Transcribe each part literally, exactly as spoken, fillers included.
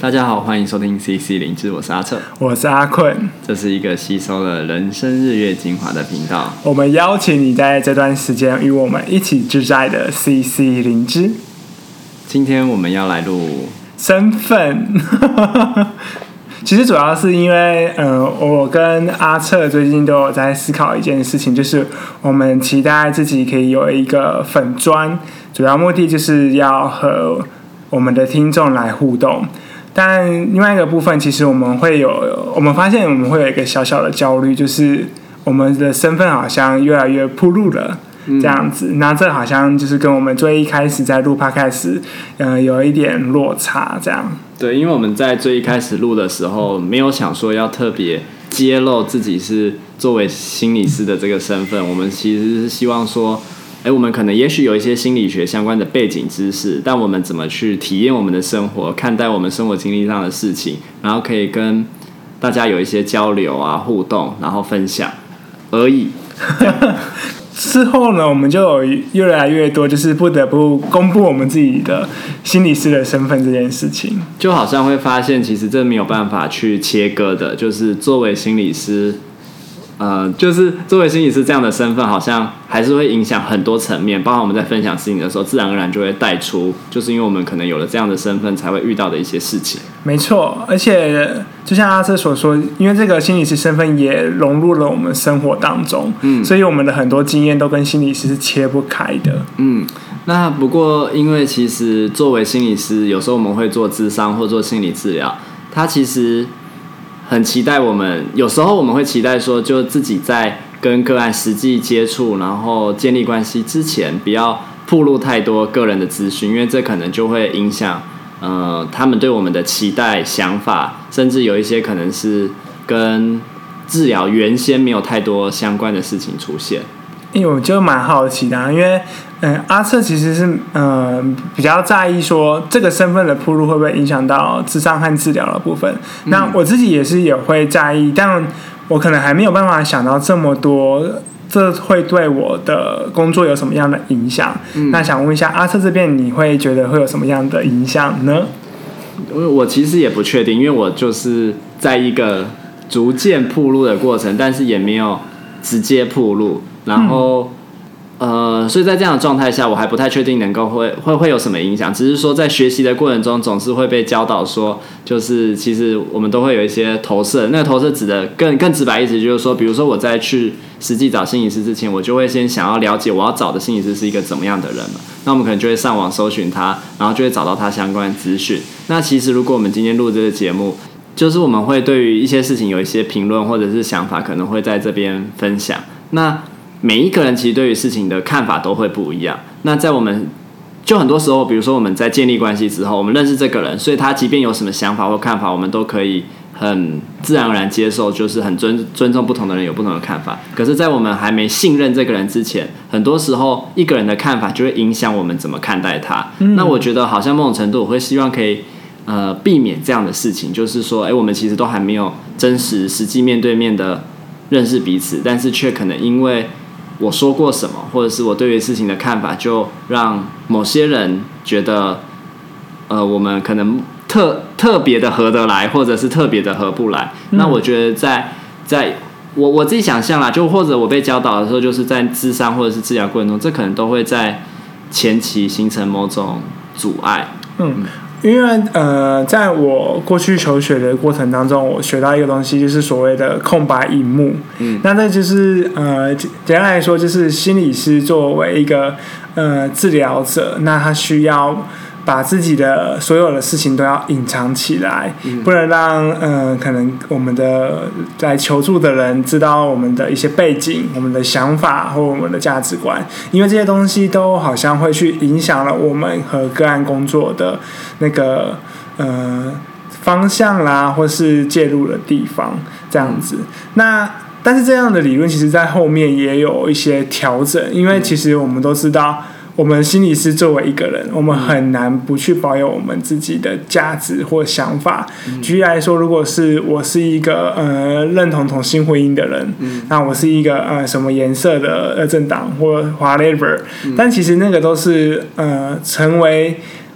大家好，欢迎收听 C C 灵知，我是阿策， 我是阿困。 这是一个吸收了人生日月精华的频道。 我们邀请你在这段时间与我们一起自在的 C C 灵知。 今天我们要来录身份。其实主要是因为，呃，我跟阿策最近都有在思考一件事情，就是我们期待自己可以有一个粉专，主要目的就是要和我们的听众来互动。但另外一个部分，其实我们会有，我们发现我们会有一个小小的焦虑，就是我们的身份好像越来越暴露了。这样子，那这好像就是跟我们最一开始在录 podcast， 呃，有一点落差，这样。 对，因为我们在最一开始录的时候，没有想说要特别揭露自己是作为心理师的这个身份，我们其实是希望说，哎，我们可能也许有一些心理学相关的背景知识，但我们怎么去体验我们的生活，看待我们生活经历上的事情，然后可以跟大家有一些交流啊、互动，然后分享而已。 之后呢，我们就有越来越多，就是不得不公布我们自己的心理师的身份这件事情， 就好像会发现，其实这没有办法去切割的，就是作为心理师。呃，就是作为心理师这样的身份，好像还是会影响很多层面，包括我们在分享事情的时候，自然而然就会带出，就是因为我们可能有了这样的身份，才会遇到的一些事情。 没错，而且就像阿策所说，因为这个心理师身份也融入了我们生活当中，嗯，所以我们的很多经验都跟心理师是切不开的。 嗯，那不过因为其实作为心理师，有时候我们会做諮商或做心理治疗，它其实很期待我们，有时候我们会期待说，就自己在跟个案实际接触，然后建立关系之前，不要暴露太多个人的资讯，因为这可能就会影响呃他们对我们的期待、想法，甚至有一些可能是跟治疗原先没有太多相关的事情出现。 因为我就蛮好奇的、啊，因为嗯，阿策其实是呃比较在意说这个身份的暴露会不会影响到諮商和治疗的部分。嗯、那我自己也是也会在意，但我可能还没有办法想到这么多，这会对我的工作有什么样的影响？嗯、那想问一下阿策这边，你会觉得会有什么样的影响呢？ 我其实也不确定，因为我就是在一个逐渐暴露的过程，但是也没有直接暴露。然后，嗯、呃，所以在这样的状态下，我还不太确定能够会会会有什么影响。只是说，在学习的过程中，总是会被教导说，就是其实我们都会有一些投射。那个投射指的更更直白意思就是说，比如说我在去实际找心理师之前，我就会先想要了解我要找的心理师是一个怎么样的人嘛。那我们可能就会上网搜寻他，然后就会找到他相关的资讯。那其实如果我们今天录这个节目，就是我们会对于一些事情有一些评论或者是想法，可能会在这边分享。那每一个人其实对于事情的看法都会不一样。那在我们就很多时候，比如说我们在建立关系之后，我们认识这个人，所以他即便有什么想法或看法，我们都可以很自然而然接受，就是很 尊, 尊重不同的人有不同的看法。可是在我们还没信任这个人之前，很多时候一个人的看法就会影响我们怎么看待他。嗯、那我觉得好像某种程度我会希望可以呃避免这样的事情，就是说，哎，我们其实都还没有真实实际面对面的认识彼此，但是却可能因为我说过什么，或者是我对于事情的看法，就让某些人觉得，呃，我们可能特特别的合得来，或者是特别的合不来。嗯、那我觉得在在我我自己想象啦，就或者我被教导的时候，就是在諮商或者是治疗过程中，这可能都会在前期形成某种阻碍。嗯。 因为呃，在我过去求学的过程当中，我学到一个东西，就是所谓的空白萤幕。嗯，那这就是呃，简单来说，就是心理师作为一个呃治疗者，那他需要把自己的所有的事情都要隐藏起来，嗯、不能让呃可能我们的来求助的人知道我们的一些背景、我们的想法或我们的价值观，因为这些东西都好像会去影响了我们和个案工作的那个呃方向啦，或是介入的地方，这样子。那但是这样的理论其实在后面也有一些调整，因为其实我们都知道，我们心理师作为一个人，我们很难不去保有我们自己的价值或想法。嗯、举例来说，如果是我是一个呃认同同性婚姻的人，嗯、那我是一个呃什么颜色的呃政党或 whatever，、嗯、但其实那个都是呃成为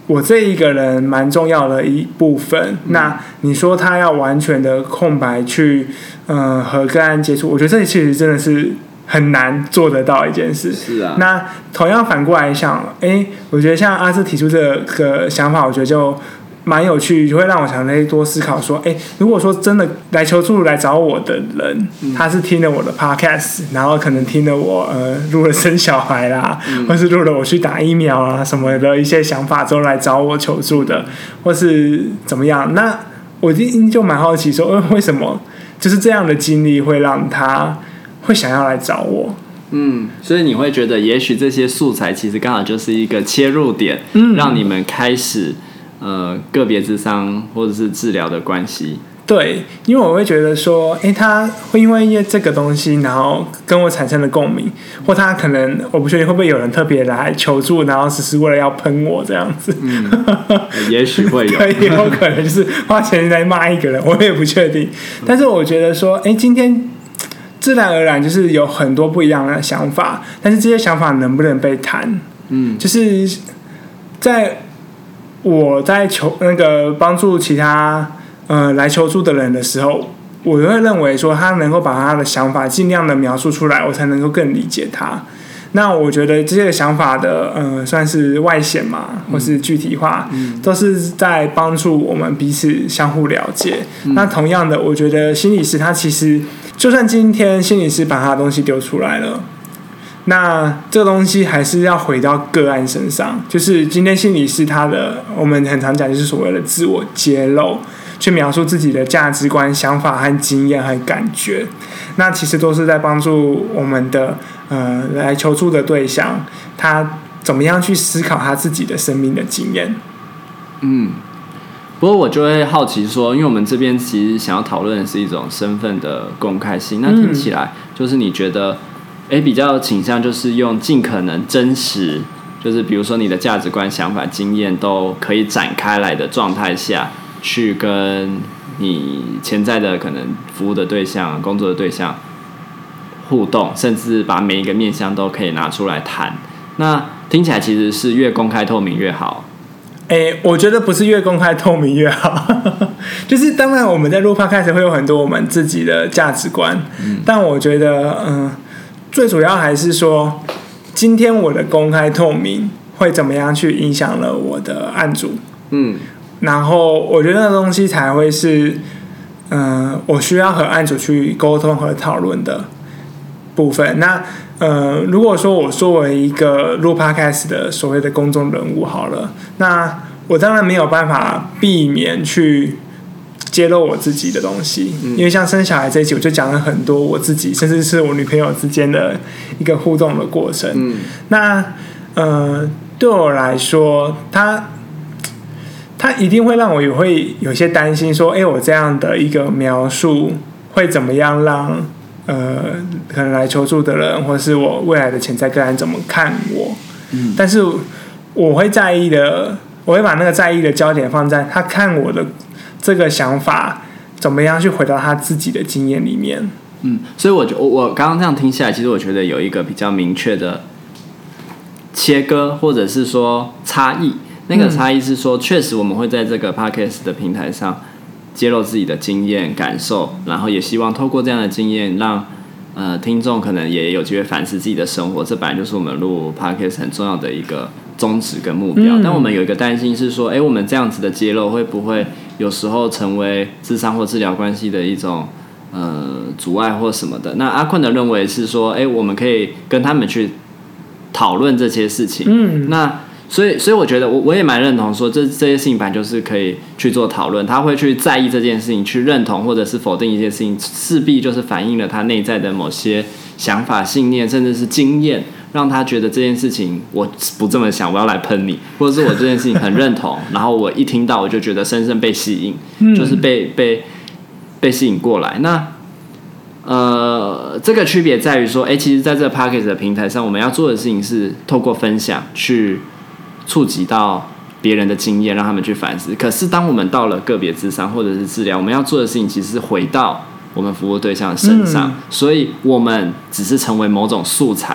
我这一个人蛮重要的一部分。嗯、那你说他要完全的空白去，呃，和个案接触，我觉得这其实真的是很难做得到一件事。 是啊。 那同样反过来想，哎，我觉得像阿志提出这个想法，我觉得就蛮有趣，就会让我想再多思考说，哎，如果说真的来求助来找我的人，嗯、他是听了我的 podcast， 然后可能听了我呃录了生小孩啦，嗯、或是录了我去打疫苗啊什么的一些想法之后来找我求助的，或是怎么样，那我就蛮好奇说，呃，为什么就是这样的经历会让他会想要来找我？ 嗯，所以你会觉得，也许这些素材其实刚好就是一个切入点，嗯、让你们开始。呃，个别諮商或者是治疗的关系， 对，因为我会觉得说，哎，他会因为这个东西，然后跟我产生了共鸣，或他可能我不确定会不会有人特别来求助，然后只是为了要喷我这样子， 嗯，也许会有， 对，也有可能就是花钱来骂一个人，我也不确定。但是我觉得说，哎，今天自然而然就是有很多不一样的想法，但是这些想法能不能被谈，嗯，就是在。我在求那个帮助其他呃来求助的人的时候，我会认为说他能够把他的想法尽量的描述出来，我才能够更理解他。那我觉得这些想法的呃算是外显嘛，或是具体化，嗯、都是在帮助我们彼此相互了解。嗯、那同样的，我觉得心理师他其实就算今天心理师把他的东西丢出来了。那这个东西还是要回到个案身上，就是今天心理师他的，我们很常讲就是所谓的自我揭露，去描述自己的价值观、想法和经验和感觉。那其实都是在帮助我们的呃来求助的对象，他怎么样去思考他自己的生命的经验。 嗯，不过我就会好奇说，因为我们这边其实想要讨论的是一种身份的公开性，那听起来就是你觉得。哎，比较倾向就是用尽可能真实，就是比如说你的价值观、想法、经验都可以展开来的状态下，去跟你潜在的可能服务的对象、工作的对象互动，甚至把每一个面向都可以拿出来谈。那听起来其实是越公开透明越好。 哎，我觉得不是越公开透明越好，就是当然我们在录 podcast 会有很多我们自己的价值观，嗯、但我觉得嗯。呃最主要还是说，今天我的公开透明会怎么样去影响了我的案主，嗯，然后我觉得那个东西才会是，嗯、呃，我需要和案主去沟通和讨论的部分。那呃，如果说我作为一个录 podcast 的所谓的公众人物好了，那我当然没有办法避免去。揭露我自己的东西，因为像生小孩这一集，我就讲了很多我自己，甚至是我女朋友之间的一个互动的过程。嗯、那呃，对我来说，他他一定会让我也会有些担心，说，哎，我这样的一个描述会怎么样让呃可能来求助的人，或是我未来的潜在个案怎么看我？嗯、但是我会在意的，我会把那个在意的焦点放在他看我的。这个想法怎么样去回到他自己的经验里面？ 嗯，所以我觉我我刚刚这样听下来，其实我觉得有一个比较明确的切割，或者是说差异。那个差异是说，确实我们会在这个 podcast 的平台上揭露自己的经验感受，然后也希望透过这样的经验让呃听众可能也有机会反思自己的生活。这本来就是我们录 podcast 很重要的一个宗旨跟目标。嗯、但我们有一个担心是说，哎，我们这样子的揭露会不会有时候成为諮商或治疗关系的一种呃阻碍或什么的？那阿坤的认为是说，哎，我们可以跟他们去讨论这些事情。嗯，那所以所以我觉得我我也蛮认同说，这这些事情本来就是可以去做讨论。他会去在意这件事情，去认同或者是否定一件事情，势必就是反映了他内在的某些想法、信念，甚至是经验。让他觉得这件事情我不这么想，我要来喷你，或者是我这件事情很认同，然后我一听到我就觉得深深被吸引，嗯、就是被被被吸引过来。那呃，这个区别在于说，哎，其实在这个 podcast 的平台上，我们要做的事情是透过分享去触及到别人的经验，让他们去反思。可是当我们到了个别諮商或者是治疗，我们要做的事情其实是回到我们服务对象身上，嗯、所以我们只是成为某种素材。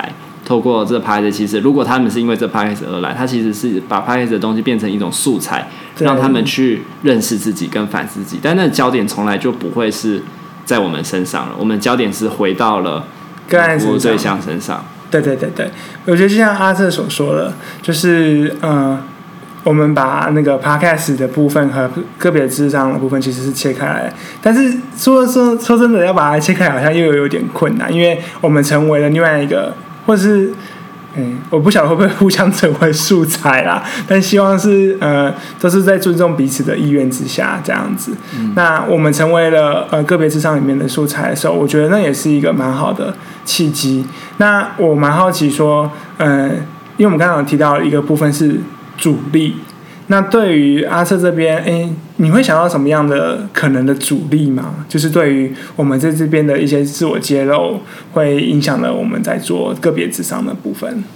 透过这 podcast， 其实如果他们是因为这 podcast 而来，他其实是把 podcast 的东西变成一种素材，让他们去认识自己跟反思自己，但那个焦点从来就不会是在我们身上了，我们焦点是回到了服务对象身上。 对对对对，我觉得就像阿策所说的，就是呃，我们把那个 podcast 的部分和个别智商的部分其实是切开来，但是说说说真的，要把它切开来好像又有点困难，因为我们成为了另外一个，或者是嗯，我不晓得会不会互相成为素材啦，但希望是呃，都是在尊重彼此的意愿之下这样子。嗯、那我们成为了呃个别智商里面的素材的时候，我觉得那也是一个蛮好的契机。那我蛮好奇说，呃，因为我们刚刚有提到一个部分是阻力，那对于阿策这边，哎，你会想到什么样的可能的阻力吗？就是对于我们在这边的一些自我揭露，会影响了我们在做个别智商的部分。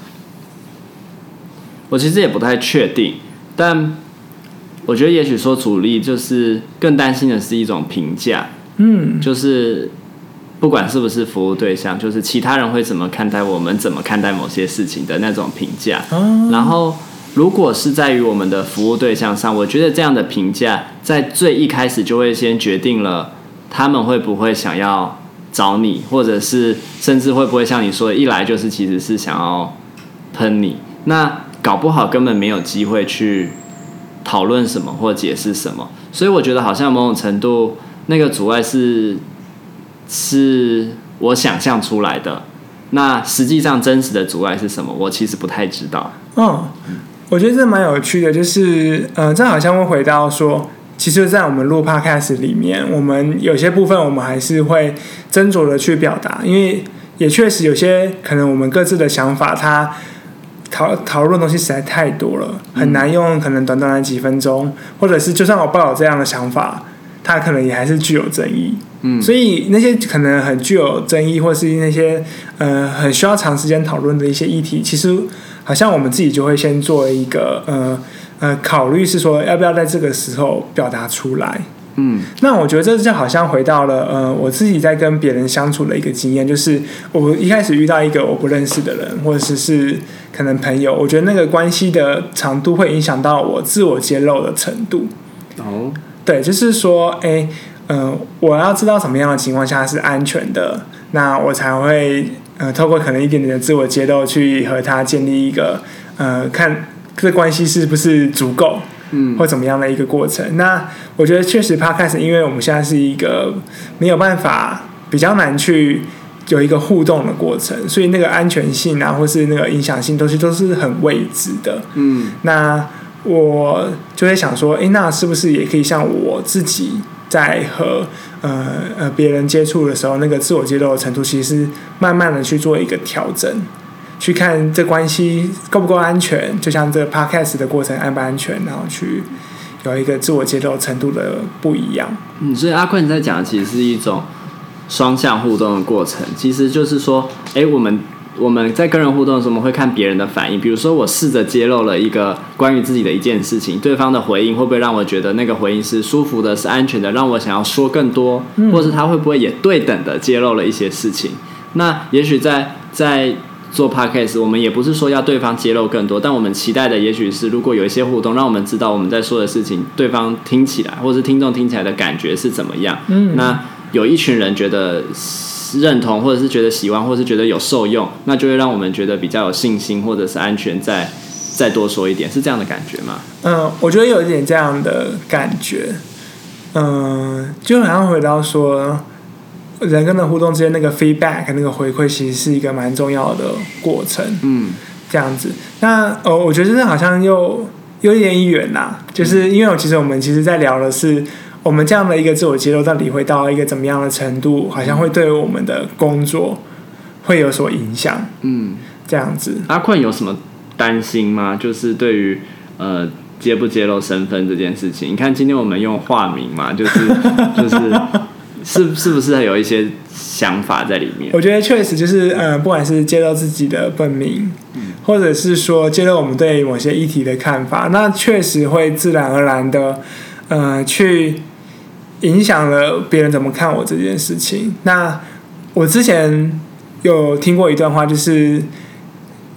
我其实也不太确定，但我觉得也许说阻力就是更担心的是一种评价，嗯，就是不管是不是服务对象，就是其他人会怎么看待我们，怎么看待某些事情的那种评价，哦、然后。如果是在于我们的服务对象上，我觉得这样的评价在最一开始就会先决定了他们会不会想要找你，或者是甚至会不会像你说的，一来就是其实是想要喷你，那搞不好根本没有机会去讨论什么或解释什么。所以我觉得好像某种程度那个阻碍是是我想象出来的，那实际上真实的阻碍是什么，我其实不太知道。 嗯。我觉得这蛮有趣的，就是呃，这好像会回到说，其实，在我们录 podcast 里面，我们有些部分我们还是会斟酌的去表达，因为也确实有些可能我们各自的想法，它讨讨论的东西实在太多了，很难用可能短短的几分钟，或者是就算我抱有这样的想法，它可能也还是具有争议。嗯，所以那些可能很具有争议，或是那些呃很需要长时间讨论的一些议题，其实好像我们自己就会先做一个呃呃考虑，是说要不要在这个时候表达出来。嗯，那我觉得这就好像回到了呃我自己在跟别人相处的一个经验，就是我一开始遇到一个我不认识的人，或者是是可能朋友，我觉得那个关系的长度会影响到我自我揭露的程度。哦，对，就是说，哎。呃，我要知道什么样的情况下是安全的，那我才会呃透过可能一点点的自我揭露去和他建立一个呃看这关系是不是足够，嗯，或怎么样的一个过程。那我觉得确实 podcast 因为我们现在是一个没有办法比较难去有一个互动的过程，所以那个安全性啊，或是那个影响性东西都是很未知的，嗯，那我就会想说，哎，那是不是也可以像我自己在和呃呃别人接触的时候，那个自我揭露的程度，其实慢慢的去做一个调整，去看这关系够不够安全，就像这个 podcast 的过程安不安全，然后去有一个自我揭露程度的不一样。 嗯，所以阿坤在讲的其实是一种双向互动的过程，其实就是说，哎，我们。我们在跟人互动的时候，我们会看别人的反应。比如说，我试着揭露了一个关于自己的一件事情，对方的回应会不会让我觉得那个回应是舒服的、是安全的，让我想要说更多，嗯、或是他会不会也对等的揭露了一些事情？那也许在在做 podcast， 我们也不是说要对方揭露更多，但我们期待的也许是，如果有一些互动，让我们知道我们在说的事情，对方听起来，或是听众听起来的感觉是怎么样。嗯，那有一群人觉得认同，或者是觉得喜欢，或者是觉得有受用，那就会让我们觉得比较有信心，或者是安全再再多说一点，是这样的感觉吗？ 嗯，我觉得有一点这样的感觉。嗯，就好像回到说人跟人互动之间那个 feedback 那个回馈，其实是一个蛮重要的过程。嗯，这样子。那呃，我觉得这好像又有一点远啦，就是因为其实我们其实在聊的是。我们这样的一个自我揭露到底会到一个怎么样的程度，好像会对我们的工作会有所影响。嗯，这样子。 阿坤有什么担心吗？就是对于呃揭不揭露身份这件事情，你看今天我们用化名嘛，就是就是是是不是有一些想法在里面？ 我觉得确实就是呃，不管是揭露自己的本名，嗯、或者是说揭露我们对某些议题的看法，那确实会自然而然的呃去。影响了别人怎么看我这件事情。那我之前有听过一段话，就是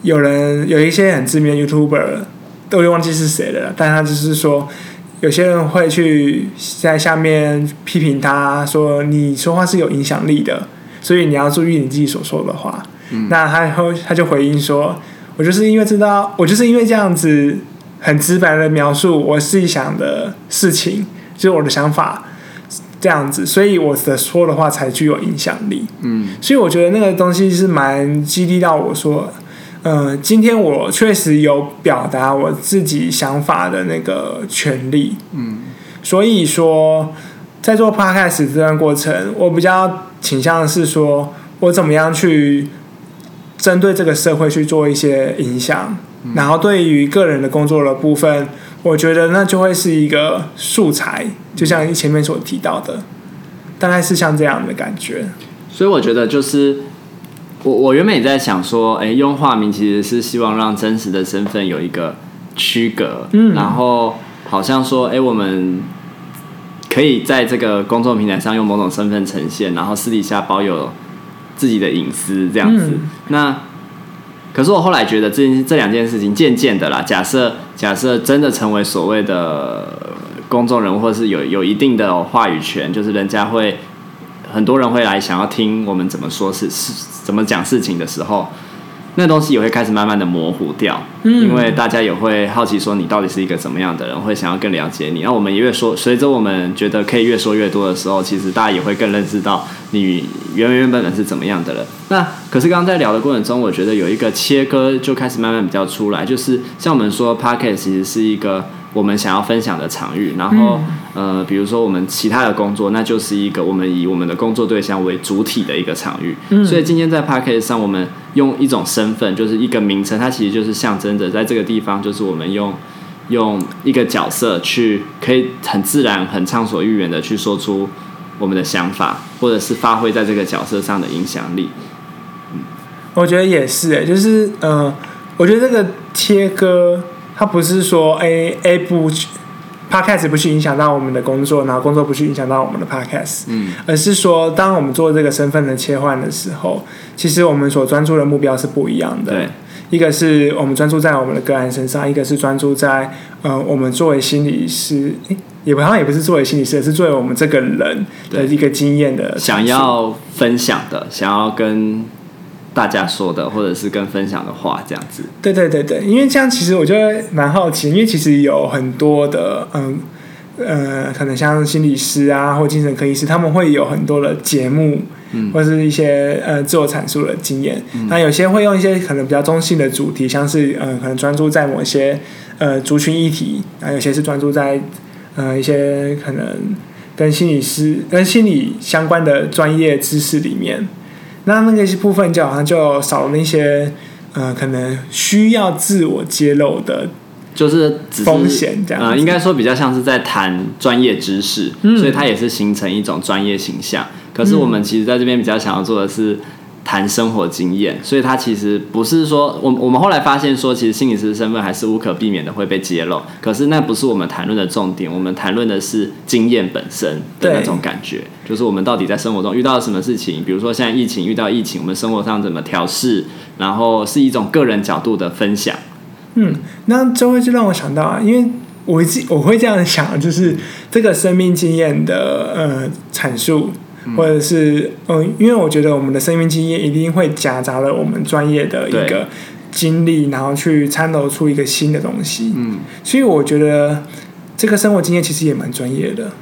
有人有一些很知名的 YouTuber， 我有点忘记是谁了，但他就是说，有些人会去在下面批评他说你说话是有影响力的，所以你要注意你自己所说的话。嗯、那他后他就回应说，我就是因为知道，我就是因为这样子很直白的描述我自己想的事情，就是我的想法。这样子，所以我的说的话才具有影响力。嗯，所以我觉得那个东西是蛮激励到我说，呃，今天我确实有表达我自己想法的那个权利。嗯，所以说在做 podcast 这段过程，我比较倾向的是说我怎么样去针对这个社会去做一些影响，嗯、然后对于个人的工作的部分。我觉得那就会是一个素材，就像前面所提到的，大概是像这样的感觉。 所以我觉得就是我我原本也在想说，哎，用化名其实是希望让真实的身份有一个区隔，嗯，然后好像说，哎，我们可以在这个公众平台上用某种身份呈现，然后私底下保有自己的隐私这样子。嗯、那可是我后来觉得这这两件事情渐渐的啦，假设假设真的成为所谓的公众人物，或者是有有一定的话语权，就是人家会很多人会来想要听我们怎么说是是怎么讲事情的时候，那东西也会开始慢慢的模糊掉，嗯、因为大家也会好奇说你到底是一个怎么样的人，会想要更了解你。那我们也越说，随着我们觉得可以越说越多的时候，其实大家也会更认识到你原原本本是怎么样的人。那可是刚刚在聊的过程中，我觉得有一个切割就开始慢慢比较出来，就是像我们说 Podcast 其实是一个我们想要分享的场域，然后、嗯、呃，比如说我们其他的工作，那就是一个我们以我们的工作对象为主体的一个场域。嗯、所以今天在 Podcast 上，我们用一种身份，就是一个名称，它其实就是象征着在这个地方，就是我们用用一个角色去可以很自然、很畅所欲言的去说出我们的想法，或者是发挥在这个角色上的影响力。 嗯、我觉得也是、欸，就是呃，我觉得这个切割。它不是说 A A 不 Podcast 不去影响到我们的工作，然后工作不去影响到我们的 Podcast，嗯，而是说当我们做这个身份的切换的时候，其实我们所专注的目标是不一样的。 对， 一个是我们专注在我们的个案身上，一个是专注在呃我们作为心理师，也好像也不是作为心理师，而是作为我们这个人的一个经验的想要分享的，想要跟大家说的，或者是跟分享的话，这样子。 对对对对，因为这样其实我就会蛮好奇，因为其实有很多的嗯呃，可能像心理师啊，或精神科医师，他们会有很多的节目，嗯、或是一些呃自我阐述的经验。嗯、那有些会用一些可能比较中性的主题，像是呃可能专注在某些呃族群议题，那有些是专注在呃一些可能跟心理师跟心理相关的专业知识里面。那那个部分就好像就少了那些呃可能需要自我揭露的， 就是风险这样子。 呃，应该说比较像是在谈专业知识，嗯、所以它也是形成一种专业形象。可是我们其实在这边比较想要做的是谈生活经验，所以它其实不是说我我们后来发现说，其实心理师的身份还是无可避免的会被揭露。可是那不是我们谈论的重点，我们谈论的是经验本身的那种感觉，就是我们到底在生活中遇到了什么事情，比如说现在疫情遇到疫情，我们生活上怎么调试，然后是一种个人角度的分享。 嗯，那这会就让我想到啊，因为我我会这样想，就是这个生命经验的呃阐述。或者是嗯，因为我觉得我们的生命经验一定会夹杂了我们专业的一个经历，然后去参透出一个新的东西。嗯，所以我觉得这个生活经验其实也蛮专业的。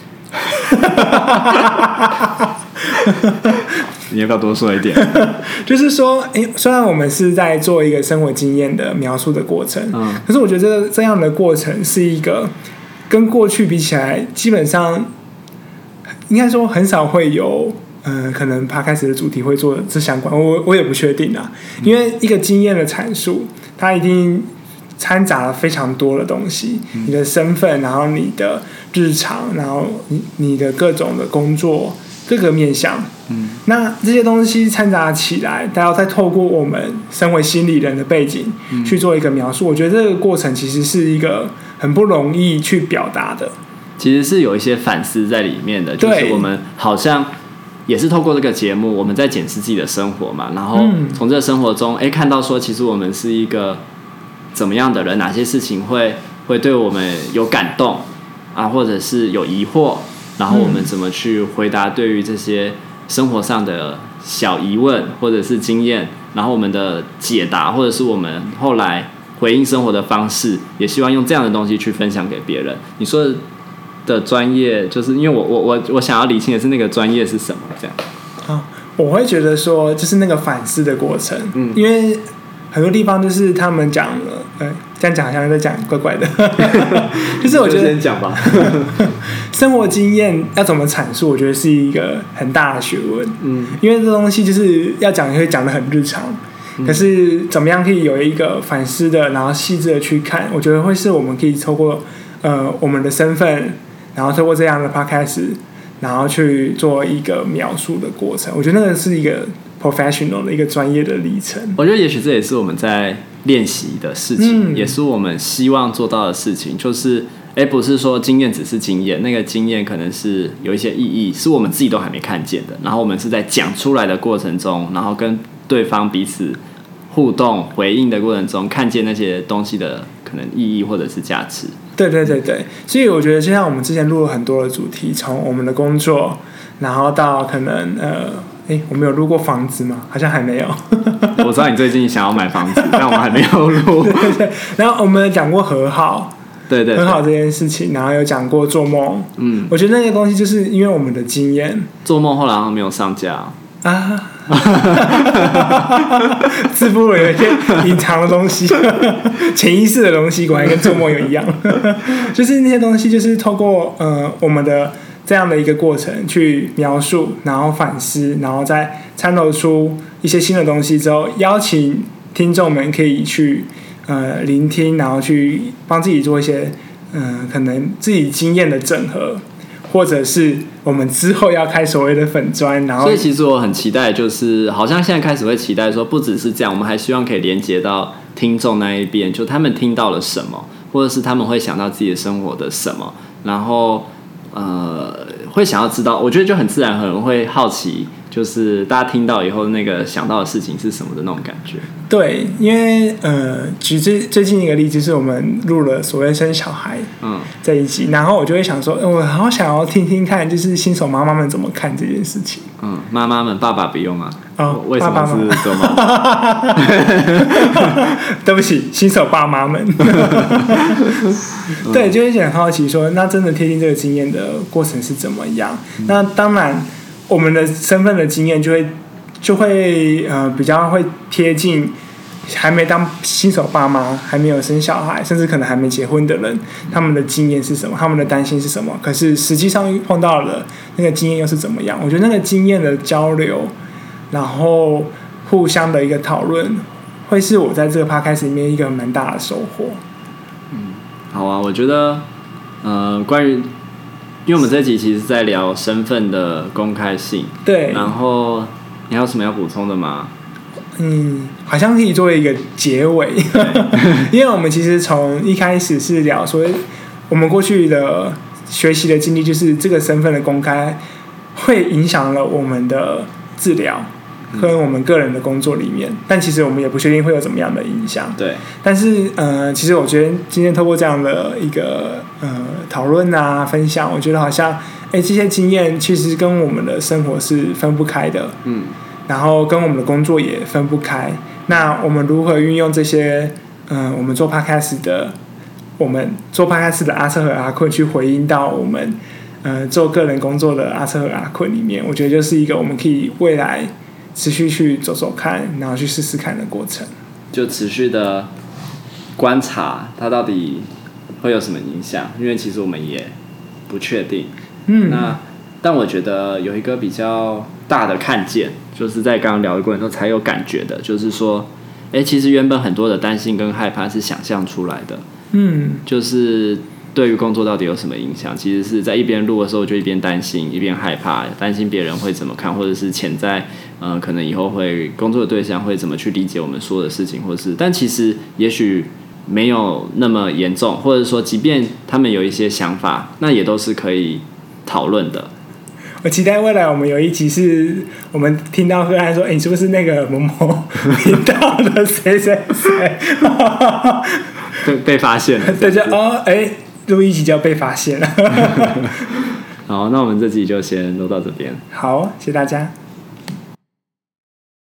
你要不要多说一点？ 就是说，哎，虽然我们是在做一个生活经验的描述的过程，嗯，可是我觉得这样的过程是一个跟过去比起来，基本上。应该说很少会有，呃，可能 podcast 的主题会做这相关，我我也不确定啊，因为一个经验的阐述，它一定掺杂了非常多的东西，嗯、你的身份，然后你的日常，然后你你的各种的工作，各个面向，嗯，那这些东西掺杂起来，然后再透过我们身为心理人的背景、嗯、去做一个描述，我觉得这个过程其实是一个很不容易去表达的。 其实是有一些反思在里面的，就是我们好像也是透过这个节目，我们在检视自己的生活嘛，然后从这个生活中，哎，看到说其实我们是一个怎么样的人，哪些事情会会对我们有感动啊，或者是有疑惑，然后我们怎么去回答对于这些生活上的小疑问或者是经验，然后我们的解答或者是我们后来回应生活的方式，也希望用这样的东西去分享给别人。你说的专业，就是因为我我我我想要理清的是那个专业是什么，这样。 啊，我会觉得说，就是那个反思的过程，嗯，因为很多地方就是他们讲了，呃，这样讲好像在讲怪怪的，就是我觉得先讲吧。 生活经验要怎么阐述，我觉得是一个很大的学问，嗯，因为这东西就是要讲，会讲得很日常。可是怎么样可以有一个反思的，然后细致的去看，我觉得会是我们可以透过呃我们的身份，然后透过这样的 podcast， 然后去做一个描述的过程。我觉得那个是一个 professional 的一个专业的历程。 我觉得也许这也是我们在练习的事情，嗯，也是我们希望做到的事情，就是哎，不是说经验只是经验，那个经验可能是有一些意义，是我们自己都还没看见的，然后我们是在讲出来的过程中，然后跟对方彼此互动回应的过程中，看见那些东西的可能意义或者是价值。 对对对对，所以我觉得就像我们之前录了很多的主题，从我们的工作，然后到可能呃，哎，我们有录过房子吗？好像还没有。 我知道你最近想要买房子，但我还没有录。 对对对，然后我们讲过和好。 对 对, 对， 很好这件事情，然后有讲过做梦，嗯，我觉得那个东西就是因为我们的经验。 做梦后来好像没有上架啊，自负了有一些隐藏的东西，潜意识的东西，果然跟做梦有一样，就是那些东西，就是透过呃我们的这样的一个过程去描述，然后反思，然后再参透出一些新的东西之后，邀请听众们可以去。呃，聆听，然后去帮自己做一些，嗯、呃，可能自己经验的整合，或者是我们之后要开所谓的粉专，然后。 所以其实我很期待，就是好像现在开始会期待说，不只是这样，我们还希望可以连接到听众那一边，就他们听到了什么，或者是他们会想到自己的生活的什么，然后呃，会想要知道，我觉得就很自然，很人会好奇。就是大家听到以后，那个想到的事情是什么的那种感觉。 对，因为呃，举最最近一个例子是我们录了所谓生小孩嗯这一集，然后我就会想说，我好想要听听看，就是新手妈妈们怎么看这件事情。 嗯，妈妈们，爸爸不用啊。 哦， 为什么是做妈妈？ 对不起，新手爸妈们。对，就会很好奇说，那真的贴近这个经验的过程是怎么样？嗯、那当然。我们的身份的经验就会就会呃比较会贴近还没当新手爸妈、还没有生小孩，甚至可能还没结婚的人，他们的经验是什么？他们的担心是什么？可是实际上碰到了那个经验又是怎么样？我觉得那个经验的交流，然后互相的一个讨论，会是我在这个 podcast 里面一个蛮大的收获。 嗯，好啊，我觉得呃关于。因为我们这一集其实是在聊身份的公开性， 对。 然后你还有什么要补充的吗？ 嗯，好像可以作为一个结尾，因为我们其实从一开始是聊说，我们过去的学习的经历，就是这个身份的公开会影响了我们的治疗跟我们个人的工作里面，但其实我们也不确定会有怎么样的影响。 对。但是呃，其实我觉得今天透过这样的一个呃讨论啊分享，我觉得好像哎这些经验其实跟我们的生活是分不开的，嗯，然后跟我们的工作也分不开。那我们如何运用这些嗯、呃、我们做 podcast 的我们做 podcast 的阿策和阿坤去回应到我们呃做个人工作的阿策和阿坤里面，我觉得就是一个我们可以未来持续去走走看，然后去试试看的过程， 就持续的观察它到底会有什么影响，因为其实我们也不确定。嗯，那但我觉得有一个比较大的看见，就是在刚刚聊的过程中才有感觉的，就是说，哎，其实原本很多的担心跟害怕是想象出来的。嗯，就是对于工作到底有什么影响，其实是在一边录的时候就一边担心，一边害怕，担心别人会怎么看，或者是潜在呃可能以后会工作的对象会怎么去理解我们说的事情，或者是，但其实也许没有那么严重，或者说即便他们有一些想法，那也都是可以讨论的。 我期待未来我们有一集是我们听到赫安说：“哎、欸，你是不是那个某某频道的谁谁谁？” 被被发现了， 大家哦，哎、欸，录一集就要被发现了。 好，那我们这集就先录到这边。 好，谢谢大家。